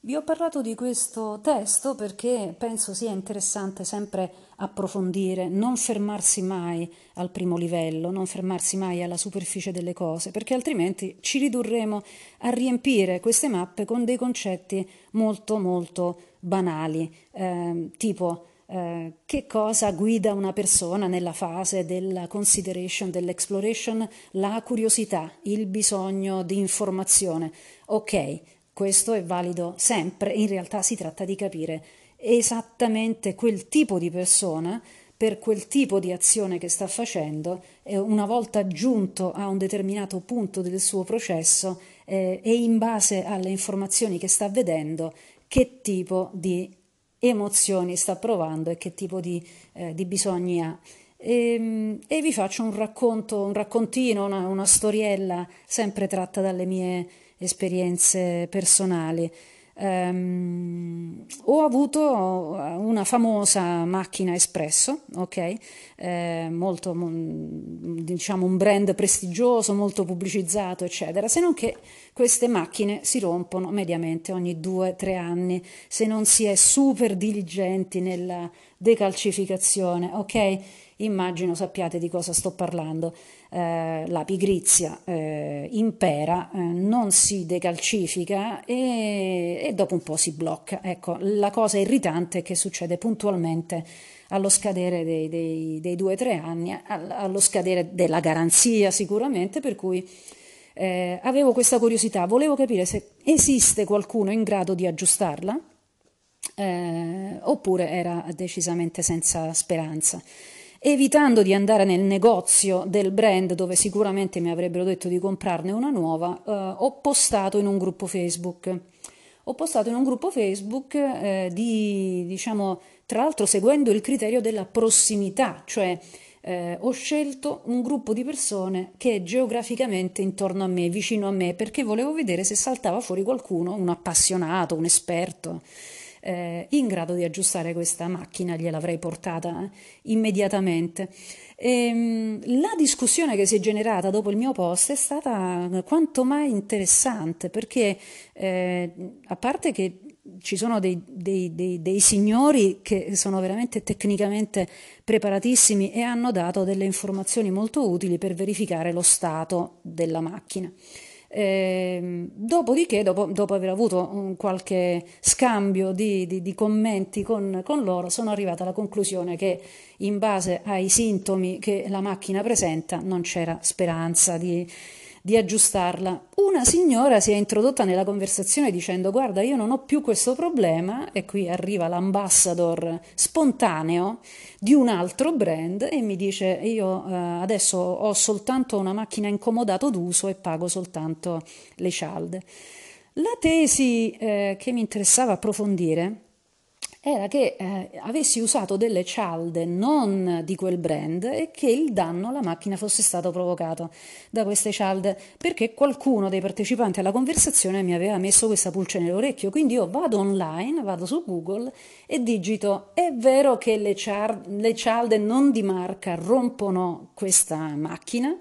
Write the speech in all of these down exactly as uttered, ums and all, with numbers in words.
Vi ho parlato di questo testo perché penso sia interessante sempre approfondire, non fermarsi mai al primo livello, non fermarsi mai alla superficie delle cose, perché altrimenti ci ridurremo a riempire queste mappe con dei concetti molto molto banali, eh, tipo eh, che cosa guida una persona nella fase della consideration, dell'exploration? La curiosità, il bisogno di informazione. Ok, questo è valido sempre, in realtà si tratta di capire esattamente quel tipo di persona per quel tipo di azione che sta facendo, e una volta giunto a un determinato punto del suo processo eh, e in base alle informazioni che sta vedendo, che tipo di emozioni sta provando e che tipo di, eh, di bisogni ha. E, e vi faccio un racconto, un raccontino, una, una storiella sempre tratta dalle mie esperienze personali. Ehm, ho avuto una famosa macchina espresso, ok? Eh, molto, mo- diciamo un brand prestigioso, molto pubblicizzato, eccetera. Se non che queste macchine si rompono mediamente ogni due o tre anni se non si è super diligenti nella decalcificazione, ok? Immagino sappiate di cosa sto parlando. Eh, la pigrizia eh, impera, eh, non si decalcifica e, e dopo un po' si blocca. Ecco, la cosa irritante è che succede puntualmente allo scadere dei, dei, dei due o tre anni, allo scadere della garanzia sicuramente, per cui eh, avevo questa curiosità, volevo capire se esiste qualcuno in grado di aggiustarla eh, oppure era decisamente senza speranza. Evitando di andare nel negozio del brand dove sicuramente mi avrebbero detto di comprarne una nuova, eh, ho postato in un gruppo Facebook. Ho postato in un gruppo Facebook eh, di, diciamo, tra l'altro seguendo il criterio della prossimità, cioè eh, ho scelto un gruppo di persone che è geograficamente intorno a me, vicino a me, perché volevo vedere se saltava fuori qualcuno, un appassionato, un esperto, eh, in grado di aggiustare questa macchina, gliel'avrei portata eh, immediatamente. E, la discussione che si è generata dopo il mio post è stata quanto mai interessante perché eh, a parte che ci sono dei, dei, dei, dei signori che sono veramente tecnicamente preparatissimi e hanno dato delle informazioni molto utili per verificare lo stato della macchina. Eh, dopodiché, dopo, dopo aver avuto un qualche scambio di, di, di commenti con, con loro, sono arrivata alla conclusione che in base ai sintomi che la macchina presenta non c'era speranza di, di aggiustarla. Una signora si è introdotta nella conversazione dicendo: guarda, io non ho più questo problema, e qui arriva l'ambassador spontaneo di un altro brand e mi dice: io eh, adesso ho soltanto una macchina incomodato d'uso e pago soltanto le cialde. La tesi eh, che mi interessava approfondire era che eh, avessi usato delle cialde non di quel brand e che il danno alla macchina fosse stato provocato da queste cialde perché qualcuno dei partecipanti alla conversazione mi aveva messo questa pulce nell'orecchio. Quindi io vado online, vado su Google e digito: è vero che le, ciar- le cialde non di marca rompono questa macchina?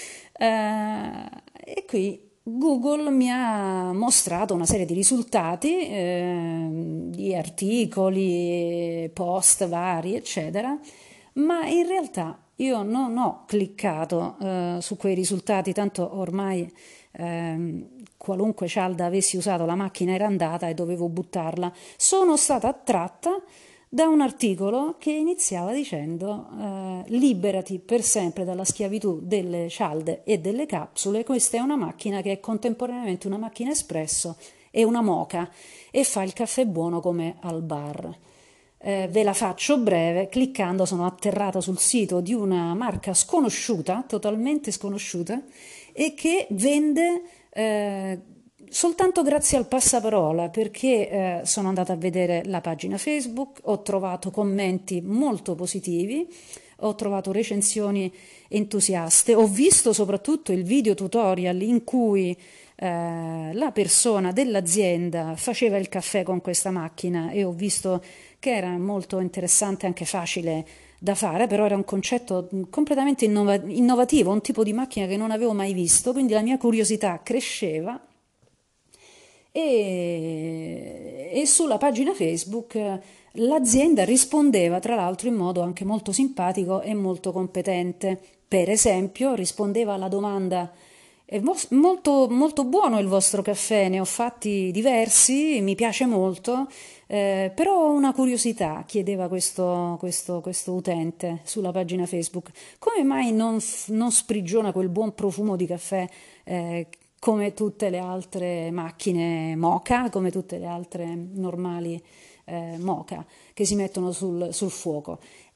Eh, e qui Google mi ha mostrato una serie di risultati, eh, di articoli, post vari, eccetera, ma in realtà io non ho cliccato eh, su quei risultati, tanto ormai ehm, qualunque cialda avessi usato la macchina era andata e dovevo buttarla. Sono stata attratta da un articolo che iniziava dicendo eh, liberati per sempre dalla schiavitù delle cialde e delle capsule, questa è una macchina che è contemporaneamente una macchina espresso e una moka e fa il caffè buono come al bar. Eh, ve la faccio breve, cliccando sono atterrata sul sito di una marca sconosciuta, totalmente sconosciuta, e che vende eh, soltanto grazie al passaparola, perché eh, sono andata a vedere la pagina Facebook, ho trovato commenti molto positivi, ho trovato recensioni entusiaste, ho visto soprattutto il video tutorial in cui eh, la persona dell'azienda faceva il caffè con questa macchina e ho visto che era molto interessante e anche facile da fare, però era un concetto completamente innova- innovativo, un tipo di macchina che non avevo mai visto, quindi la mia curiosità cresceva e, e sulla pagina Facebook eh, l'azienda rispondeva tra l'altro in modo anche molto simpatico e molto competente. Per esempio, rispondeva alla domanda: è mos- molto, molto buono il vostro caffè, ne ho fatti diversi, mi piace molto, eh, però ho una curiosità, chiedeva questo, questo- questo utente sulla pagina Facebook. Come mai non, f- non sprigiona quel buon profumo di caffè eh, come tutte le altre macchine moka, come tutte le altre normali eh, moka che si mettono sul, sul fuoco?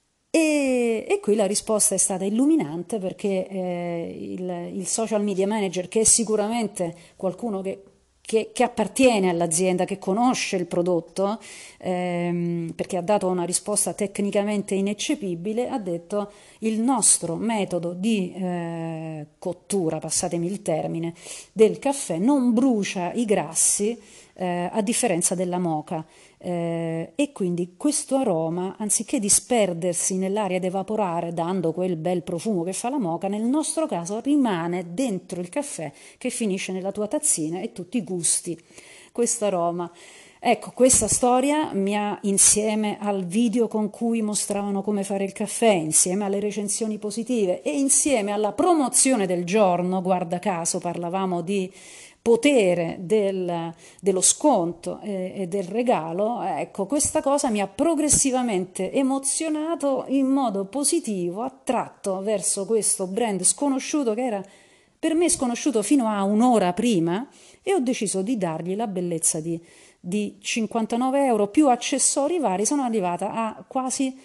E, e qui la risposta è stata illuminante perché eh, il, il social media manager, che è sicuramente qualcuno che, che- che appartiene all'azienda, che conosce il prodotto, ehm, perché ha dato una risposta tecnicamente ineccepibile, ha detto: il nostro metodo di eh, cottura, passatemi il termine, del caffè non brucia i grassi eh, a differenza della moka. Eh, e quindi questo aroma, anziché disperdersi nell'aria ed evaporare dando quel bel profumo che fa la moka, nel nostro caso rimane dentro il caffè che finisce nella tua tazzina e tu ti gusti questo aroma. Ecco, questa storia mi ha, insieme al video con cui mostravano come fare il caffè, insieme alle recensioni positive e insieme alla promozione del giorno, guarda caso parlavamo di potere del, dello sconto e, e del regalo, ecco, questa cosa mi ha progressivamente emozionato in modo positivo, attratto verso questo brand sconosciuto che era per me sconosciuto fino a un'ora prima, e ho deciso di dargli la bellezza di, di cinquantanove euro più accessori vari. Sono arrivata a quasi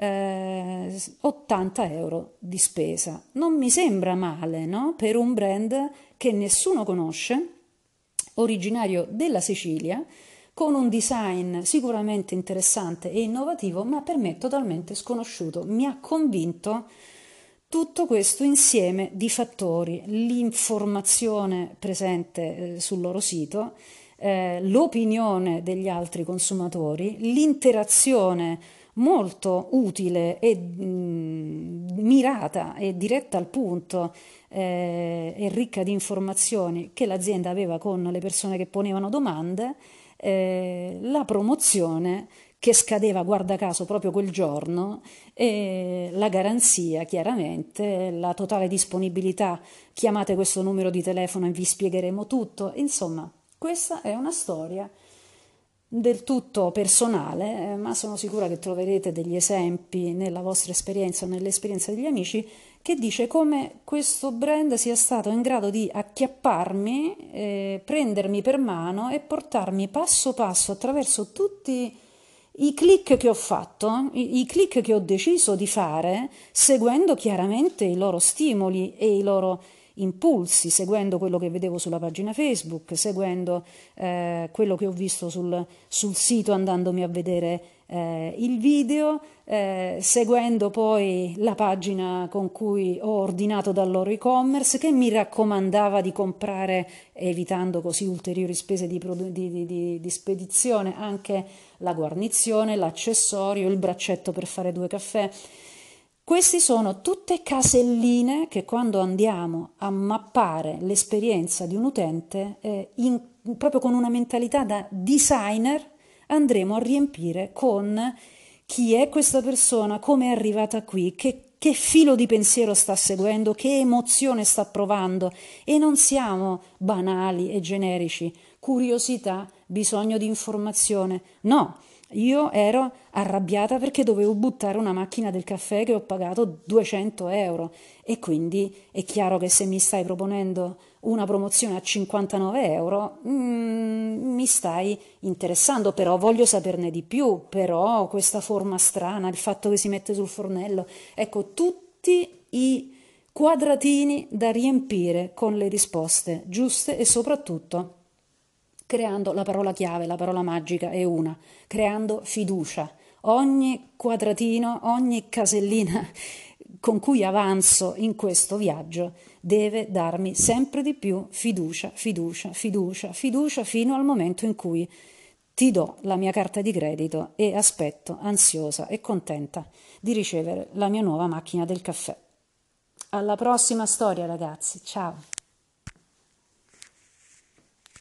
eh, ottanta euro di spesa. Non mi sembra male, no? Per un brand che nessuno conosce, originario della Sicilia, con un design sicuramente interessante e innovativo, ma per me totalmente sconosciuto. Mi ha convinto tutto questo insieme di fattori: l'informazione presente eh, sul loro sito, eh, l'opinione degli altri consumatori, l'interazione molto utile e mh, mirata e diretta al punto eh, e ricca di informazioni che l'azienda aveva con le persone che ponevano domande, eh, la promozione che scadeva guarda caso proprio quel giorno, e la garanzia, chiaramente, la totale disponibilità: chiamate questo numero di telefono e vi spiegheremo tutto. Insomma, questa è una storia del tutto personale, eh, ma sono sicura che troverete degli esempi nella vostra esperienza o nell'esperienza degli amici, che dice come questo brand sia stato in grado di acchiapparmi, eh, prendermi per mano e portarmi passo passo attraverso tutti i click che ho fatto, i, i click che ho deciso di fare, seguendo chiaramente i loro stimoli e i loro impulsi, seguendo quello che vedevo sulla pagina Facebook, seguendo eh, quello che ho visto sul, sul sito andandomi a vedere eh, il video, eh, seguendo poi la pagina con cui ho ordinato dal loro e-commerce, che mi raccomandava di comprare, evitando così ulteriori spese di, produ- di, di, di, di spedizione, anche la guarnizione, l'accessorio, il braccetto per fare due caffè. Queste sono tutte caselline che, quando andiamo a mappare l'esperienza di un utente, eh, in- proprio con una mentalità da designer, andremo a riempire con: chi è questa persona, come è arrivata qui, che, che filo di pensiero sta seguendo, che emozione sta provando. E non siamo banali e generici: curiosità, bisogno di informazione. No, io ero arrabbiata perché dovevo buttare una macchina del caffè che ho pagato duecento euro, e quindi è chiaro che se mi stai proponendo una promozione a cinquantanove euro, mm, mi stai interessando, però voglio saperne di più, però questa forma strana, il fatto che si mette sul fornello, ecco, tutti i quadratini da riempire con le risposte giuste, e soprattutto creando la parola chiave, la parola magica è una: creando fiducia. Ogni quadratino, ogni casellina con cui avanzo in questo viaggio deve darmi sempre di più fiducia, fiducia, fiducia, fiducia, fino al momento in cui ti do la mia carta di credito e aspetto, ansiosa e contenta, di ricevere la mia nuova macchina del caffè. Alla prossima storia, ragazzi. Ciao!